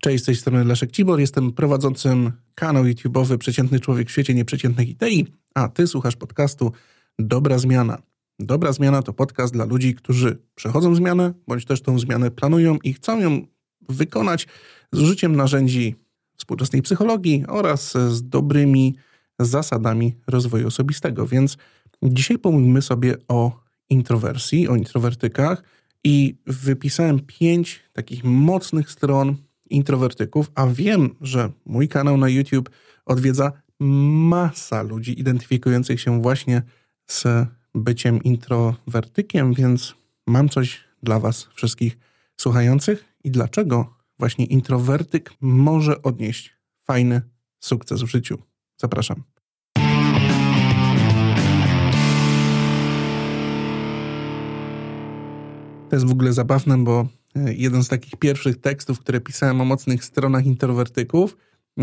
Cześć, z tej strony Leszek Cibor, jestem prowadzącym kanał YouTube'owy Przeciętny Człowiek w Świecie Nieprzeciętnych Idei, a Ty słuchasz podcastu Dobra Zmiana. Dobra Zmiana to podcast dla ludzi, którzy przechodzą zmianę, bądź też tą zmianę planują i chcą ją wykonać z użyciem narzędzi współczesnej psychologii oraz z dobrymi zasadami rozwoju osobistego. Więc dzisiaj pomówimy sobie o introwersji, o introwertykach i wypisałem 5 takich mocnych stron introwertyków, a wiem, że mój kanał na YouTube odwiedza masa ludzi identyfikujących się właśnie z byciem introwertykiem, więc mam coś dla Was wszystkich słuchających i dlaczego właśnie introwertyk może odnieść fajny sukces w życiu. Zapraszam. To jest w ogóle zabawne, bo jeden z takich pierwszych tekstów, które pisałem o mocnych stronach introwertyków,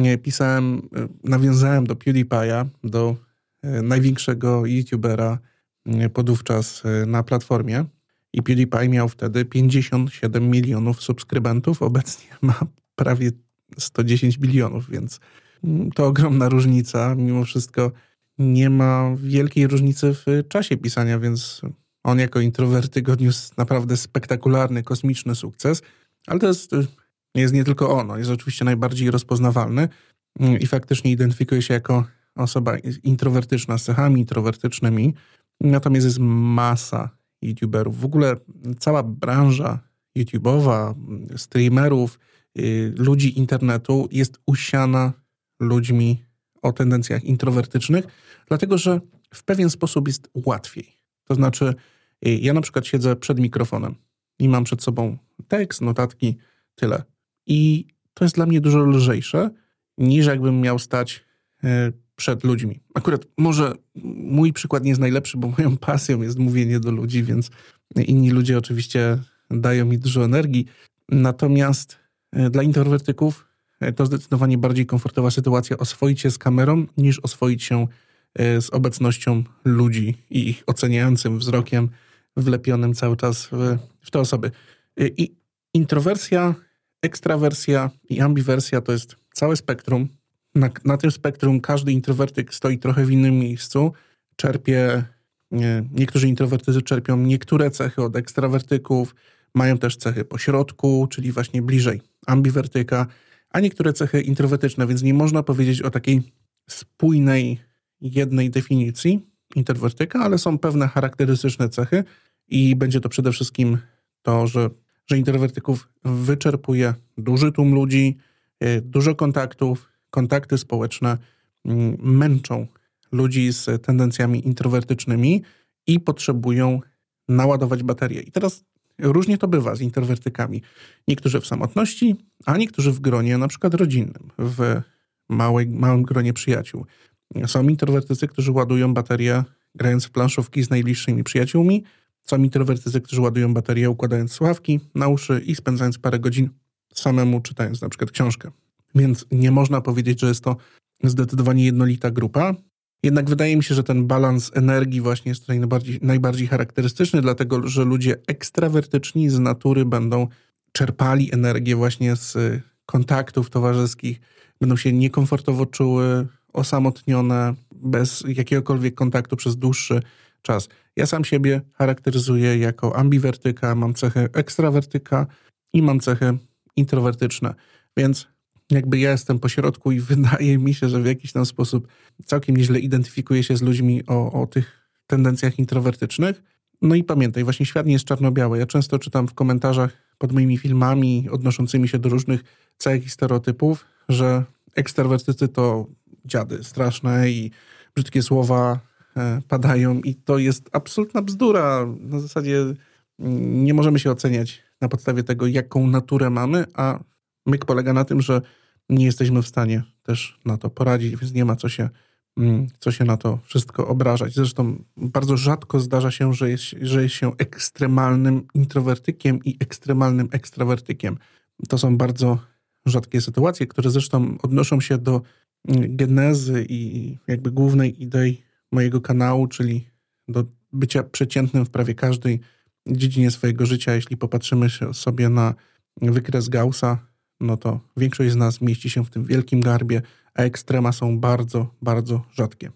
nawiązałem do PewDiePie'a, do największego YouTubera podówczas na platformie. I PewDiePie miał wtedy 57 milionów subskrybentów, obecnie ma prawie 110 bilionów, więc to ogromna różnica. Mimo wszystko nie ma wielkiej różnicy w czasie pisania, więc on jako introwertyk odniósł naprawdę spektakularny, kosmiczny sukces, ale to jest nie tylko on jest oczywiście najbardziej rozpoznawalny i faktycznie identyfikuje się jako osoba introwertyczna z cechami introwertycznymi, natomiast jest masa YouTuberów. W ogóle cała branża YouTube'owa, streamerów, ludzi internetu jest usiana ludźmi o tendencjach introwertycznych, dlatego że w pewien sposób jest łatwiej. To znaczy, ja na przykład siedzę przed mikrofonem i mam przed sobą tekst, notatki, tyle. I to jest dla mnie dużo lżejsze, niż jakbym miał stać przed ludźmi. Akurat może mój przykład nie jest najlepszy, bo moją pasją jest mówienie do ludzi, więc inni ludzie oczywiście dają mi dużo energii. Natomiast dla introwertyków to zdecydowanie bardziej komfortowa sytuacja oswoić się z kamerą, niż oswoić się z obecnością ludzi i ich oceniającym wzrokiem wlepionym cały czas w te osoby. I introwersja, ekstrawersja i ambiwersja to jest całe spektrum. Na tym spektrum każdy introwertyk stoi trochę w innym miejscu. Niektórzy introwertycy czerpią niektóre cechy od ekstrawertyków, mają też cechy pośrodku, czyli właśnie bliżej ambiwertyka, a niektóre cechy introwertyczne, więc nie można powiedzieć o takiej spójnej jednej definicji introwertyka, ale są pewne charakterystyczne cechy i będzie to przede wszystkim to, że introwertyków wyczerpuje duży tłum ludzi, dużo kontaktów, kontakty społeczne męczą ludzi z tendencjami introwertycznymi i potrzebują naładować baterię. I teraz różnie to bywa z introwertykami. Niektórzy w samotności, a niektórzy w gronie na przykład rodzinnym, w małym gronie przyjaciół. Są introwertycy, którzy ładują baterię grając w planszówki z najbliższymi przyjaciółmi. Są introwertycy, którzy ładują baterię układając słuchawki na uszy i spędzając parę godzin samemu czytając na przykład książkę. Więc nie można powiedzieć, że jest to zdecydowanie jednolita grupa. Jednak wydaje mi się, że ten balans energii właśnie jest tutaj najbardziej charakterystyczny, dlatego że ludzie ekstrawertyczni z natury będą czerpali energię właśnie z kontaktów towarzyskich, będą się niekomfortowo czuły, osamotnione, bez jakiegokolwiek kontaktu przez dłuższy czas. Ja sam siebie charakteryzuję jako ambiwertyka, mam cechy ekstrawertyka i mam cechy introwertyczne, więc jakby ja jestem pośrodku i wydaje mi się, że w jakiś tam sposób całkiem nieźle identyfikuję się z ludźmi o tych tendencjach introwertycznych. No i pamiętaj, właśnie świat nie jest czarno-biały. Ja często czytam w komentarzach pod moimi filmami odnoszącymi się do różnych cech i stereotypów, że ekstrawertycy to dziady straszne i brzydkie słowa padają i to jest absolutna bzdura. Na zasadzie nie możemy się oceniać na podstawie tego, jaką naturę mamy, a myk polega na tym, że nie jesteśmy w stanie też na to poradzić, więc nie ma co się na to wszystko obrażać. Zresztą bardzo rzadko zdarza się, że jest się ekstremalnym introwertykiem i ekstremalnym ekstrawertykiem. To są bardzo rzadkie sytuacje, które zresztą odnoszą się do genezy i jakby głównej idei mojego kanału, czyli do bycia przeciętnym w prawie każdej dziedzinie swojego życia. Jeśli popatrzymy sobie na wykres Gaussa, no to większość z nas mieści się w tym wielkim garbie, a ekstrema są bardzo, bardzo rzadkie.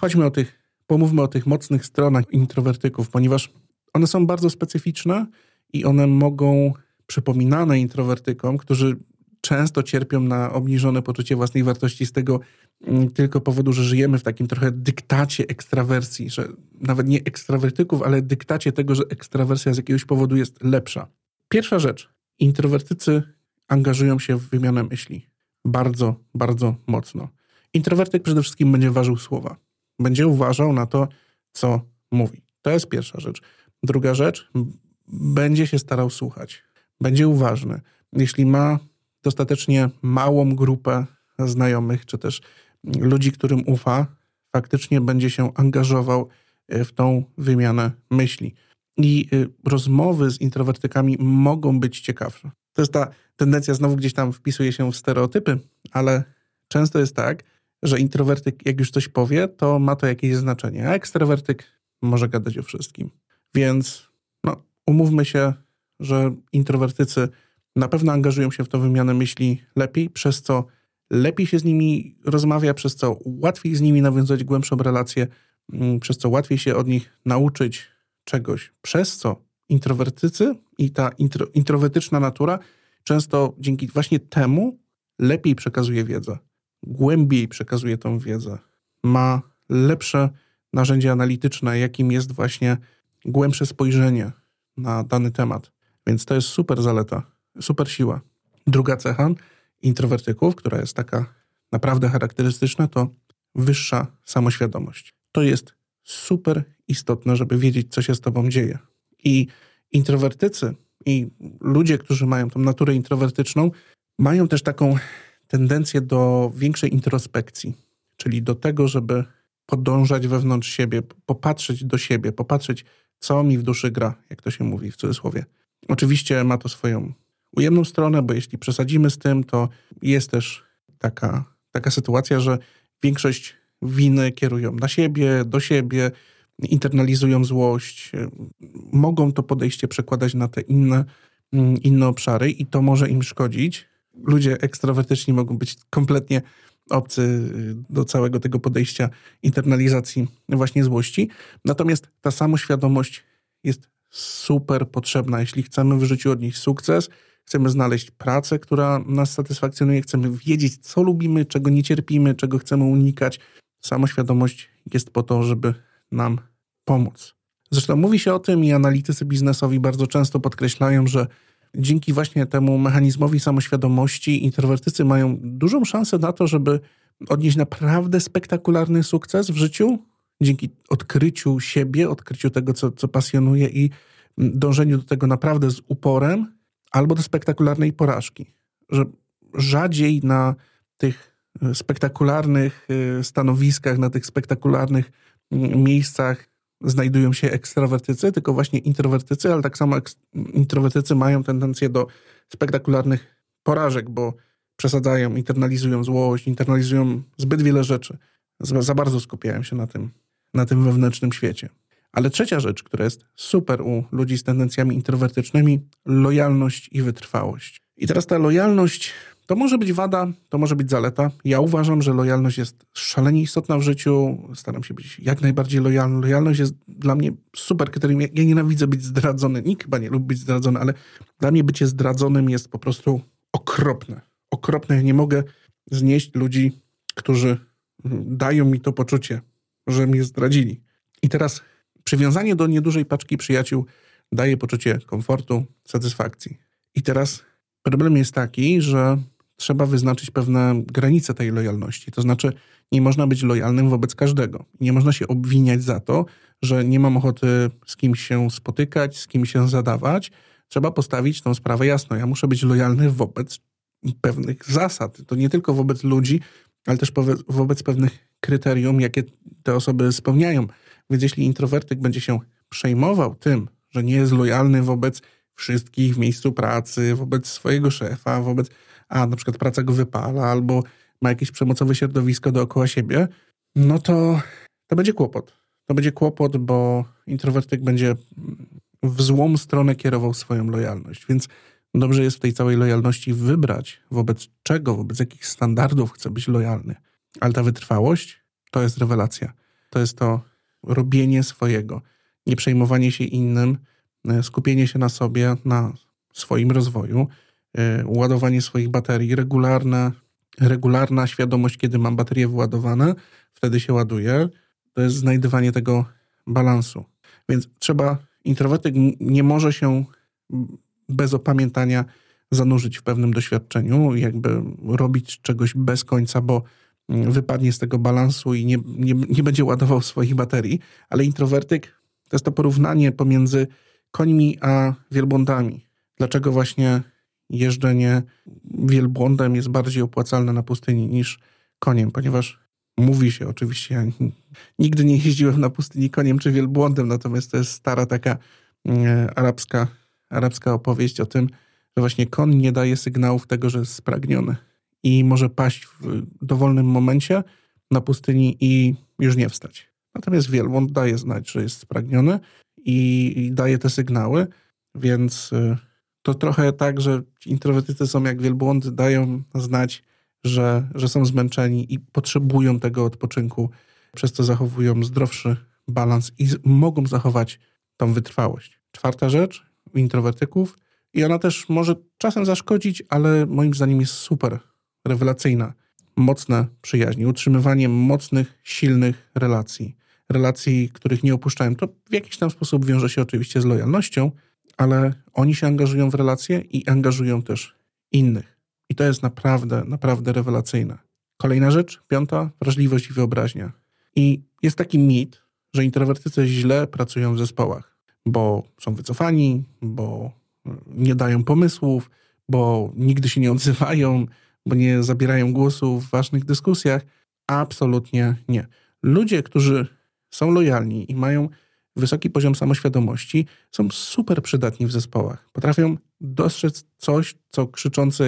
Pomówmy o tych mocnych stronach introwertyków, ponieważ one są bardzo specyficzne i one mogą, przypominane introwertykom, którzy często cierpią na obniżone poczucie własnej wartości z tego tylko powodu, że żyjemy w takim trochę dyktacie ekstrawersji, że nawet nie ekstrawertyków, ale dyktacie tego, że ekstrawersja z jakiegoś powodu jest lepsza. Pierwsza rzecz. Introwertycy angażują się w wymianę myśli. Bardzo, bardzo mocno. Introwertyk przede wszystkim będzie ważył słowa. Będzie uważał na to, co mówi. To jest pierwsza rzecz. Druga rzecz, będzie się starał słuchać. Będzie uważny. Jeśli ma dostatecznie małą grupę znajomych, czy też ludzi, którym ufa, faktycznie będzie się angażował w tą wymianę myśli. I rozmowy z introwertykami mogą być ciekawsze. To jest ta tendencja, znowu gdzieś tam wpisuje się w stereotypy, ale często jest tak, że introwertyk jak już coś powie, to ma to jakieś znaczenie, a ekstrawertyk może gadać o wszystkim. Więc umówmy się, że introwertycy na pewno angażują się w tę wymianę myśli lepiej, przez co lepiej się z nimi rozmawia, przez co łatwiej z nimi nawiązać głębszą relację, przez co łatwiej się od nich nauczyć czegoś, przez co introwertycy i ta introwertyczna natura często dzięki właśnie temu lepiej przekazuje wiedzę, głębiej przekazuje tą wiedzę, ma lepsze narzędzie analityczne, jakim jest właśnie głębsze spojrzenie na dany temat. Więc to jest super zaleta, super siła. Druga cecha introwertyków, która jest taka naprawdę charakterystyczna, to wyższa samoświadomość. To jest super istotne, żeby wiedzieć, co się z tobą dzieje. I introwertycy i ludzie, którzy mają tą naturę introwertyczną, mają też taką tendencję do większej introspekcji, czyli do tego, żeby podążać wewnątrz siebie, popatrzeć do siebie, popatrzeć, co mi w duszy gra, jak to się mówi w cudzysłowie. Oczywiście ma to swoją ujemną stronę, bo jeśli przesadzimy z tym, to jest też taka sytuacja, że większość winy kierują na siebie, do siebie, internalizują złość, mogą to podejście przekładać na te inne obszary i to może im szkodzić. Ludzie ekstrawertyczni mogą być kompletnie obcy do całego tego podejścia internalizacji właśnie złości. Natomiast ta samoświadomość jest super potrzebna, jeśli chcemy w życiu odnieść sukces, chcemy znaleźć pracę, która nas satysfakcjonuje, chcemy wiedzieć, co lubimy, czego nie cierpimy, czego chcemy unikać. Samoświadomość jest po to, żeby nam pomóc. Zresztą mówi się o tym i analitycy biznesowi bardzo często podkreślają, że dzięki właśnie temu mechanizmowi samoświadomości introwertycy mają dużą szansę na to, żeby odnieść naprawdę spektakularny sukces w życiu, dzięki odkryciu siebie, odkryciu tego, co pasjonuje i dążeniu do tego naprawdę z uporem, albo do spektakularnej porażki. Że rzadziej na tych spektakularnych stanowiskach, na tych spektakularnych miejscach znajdują się ekstrawertycy, tylko właśnie introwertycy, ale tak samo introwertycy mają tendencję do spektakularnych porażek, bo przesadzają, internalizują złość, internalizują zbyt wiele rzeczy. Za bardzo skupiają się na tym wewnętrznym świecie. Ale trzecia rzecz, która jest super u ludzi z tendencjami introwertycznymi, lojalność i wytrwałość. I teraz ta lojalność to może być wada, to może być zaleta. Ja uważam, że lojalność jest szalenie istotna w życiu. Staram się być jak najbardziej lojalny. Lojalność jest dla mnie super kryterium. Ja nienawidzę być zdradzony. Nikt chyba nie lubi być zdradzony, ale dla mnie bycie zdradzonym jest po prostu okropne. Okropne. Ja nie mogę znieść ludzi, którzy dają mi to poczucie, że mnie zdradzili. I teraz przywiązanie do niedużej paczki przyjaciół daje poczucie komfortu, satysfakcji. I teraz problem jest taki, że trzeba wyznaczyć pewne granice tej lojalności. To znaczy nie można być lojalnym wobec każdego. Nie można się obwiniać za to, że nie mam ochoty z kimś się spotykać, z kimś się zadawać. Trzeba postawić tą sprawę jasno. Ja muszę być lojalny wobec pewnych zasad. To nie tylko wobec ludzi, ale też wobec pewnych kryterium, jakie te osoby spełniają. Więc jeśli introwertyk będzie się przejmował tym, że nie jest lojalny wobec wszystkich w miejscu pracy, wobec swojego szefa, na przykład praca go wypala, albo ma jakieś przemocowe środowisko dookoła siebie, no to będzie kłopot. To będzie kłopot, bo introwertyk będzie w złą stronę kierował swoją lojalność. Więc Dobrze jest w tej całej lojalności wybrać, wobec czego, wobec jakich standardów chcę być lojalny. Ale ta wytrwałość to jest rewelacja. To jest to robienie swojego, nie przejmowanie się innym, skupienie się na sobie, na swoim rozwoju, ładowanie swoich baterii, regularna świadomość, kiedy mam baterie wyładowane, wtedy się ładuje. To jest znajdywanie tego balansu. Więc introwertyk nie może się bez opamiętania zanurzyć w pewnym doświadczeniu, jakby robić czegoś bez końca, bo wypadnie z tego balansu i nie będzie ładował swoich baterii, ale introwertyk to jest to porównanie pomiędzy końmi a wielbłądami. Dlaczego właśnie jeżdżenie wielbłądem jest bardziej opłacalne na pustyni niż koniem? Ponieważ mówi się, oczywiście ja nigdy nie jeździłem na pustyni koniem czy wielbłądem, natomiast to jest stara taka arabska opowieść o tym, że właśnie koń nie daje sygnałów tego, że jest spragniony i może paść w dowolnym momencie na pustyni i już nie wstać. Natomiast wielbłąd daje znać, że jest spragniony i daje te sygnały, więc to trochę tak, że introwertycy są jak wielbłądy, dają znać, że są zmęczeni i potrzebują tego odpoczynku, przez co zachowują zdrowszy balans i mogą zachować tą wytrwałość. Czwarta rzecz u introwertyków i ona też może czasem zaszkodzić, ale moim zdaniem jest super rewelacyjna. Mocne przyjaźnie, utrzymywanie mocnych, silnych relacji, których nie opuszczają. To w jakiś tam sposób wiąże się oczywiście z lojalnością, ale oni się angażują w relacje i angażują też innych. I to jest naprawdę, naprawdę rewelacyjne. Kolejna rzecz, piąta, wrażliwość i wyobraźnia. I jest taki mit, że introwertycy źle pracują w zespołach, bo są wycofani, bo nie dają pomysłów, bo nigdy się nie odzywają, bo nie zabierają głosu w ważnych dyskusjach. Absolutnie nie. Ludzie, którzy są lojalni i mają wysoki poziom samoświadomości, są super przydatni w zespołach. Potrafią dostrzec coś, co krzyczący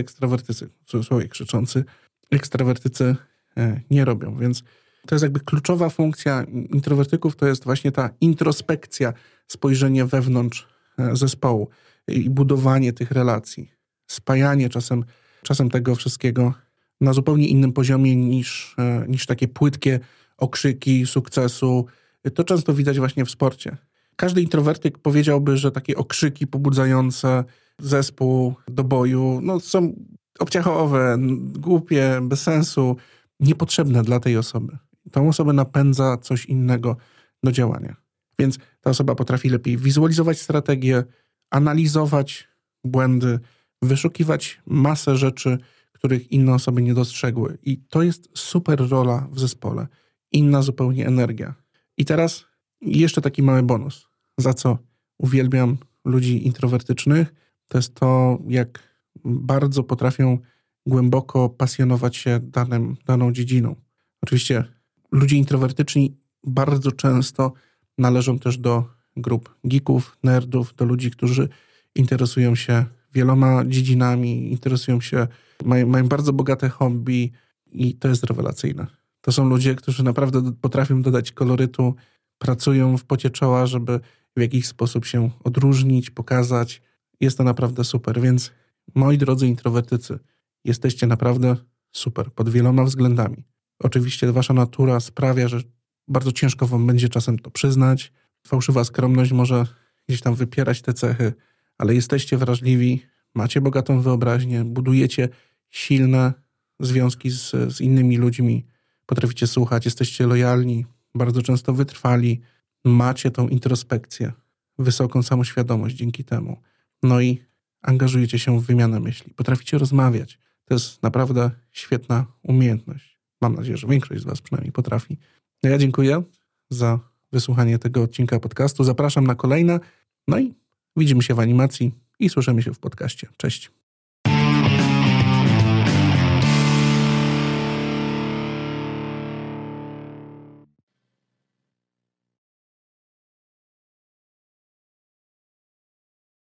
ekstrawertycy nie robią. Więc to jest jakby kluczowa funkcja introwertyków, to jest właśnie ta introspekcja, spojrzenie wewnątrz zespołu i budowanie tych relacji. Spajanie czasem tego wszystkiego na zupełnie innym poziomie niż takie płytkie okrzyki sukcesu. To często widać właśnie w sporcie. Każdy introwertyk powiedziałby, że takie okrzyki pobudzające zespół do boju są obciachowe, głupie, bez sensu, niepotrzebne dla tej osoby. Tą osobę napędza coś innego do działania. Więc ta osoba potrafi lepiej wizualizować strategię, analizować błędy, wyszukiwać masę rzeczy, których inne osoby nie dostrzegły. I to jest super rola w zespole. Inna zupełnie energia. I teraz jeszcze taki mały bonus, za co uwielbiam ludzi introwertycznych, to jest to, jak bardzo potrafią głęboko pasjonować się daną dziedziną. Oczywiście ludzie introwertyczni bardzo często należą też do grup geeków, nerdów, do ludzi, którzy interesują się wieloma dziedzinami, mają bardzo bogate hobby i to jest rewelacyjne. To są ludzie, którzy naprawdę potrafią dodać kolorytu, pracują w pocie czoła, żeby w jakiś sposób się odróżnić, pokazać. Jest to naprawdę super, więc moi drodzy introwertycy, jesteście naprawdę super pod wieloma względami. Oczywiście wasza natura sprawia, że bardzo ciężko wam będzie czasem to przyznać. Fałszywa skromność może gdzieś tam wypierać te cechy, ale jesteście wrażliwi, macie bogatą wyobraźnię, budujecie silne związki z innymi ludźmi, potraficie słuchać, jesteście lojalni, bardzo często wytrwali, macie tą introspekcję, wysoką samoświadomość dzięki temu. No i angażujecie się w wymianę myśli, potraficie rozmawiać. To jest naprawdę świetna umiejętność. Mam nadzieję, że większość z was przynajmniej potrafi. Ja dziękuję za wysłuchanie tego odcinka podcastu. Zapraszam na kolejne. No i widzimy się w animacji i słyszymy się w podcaście. Cześć.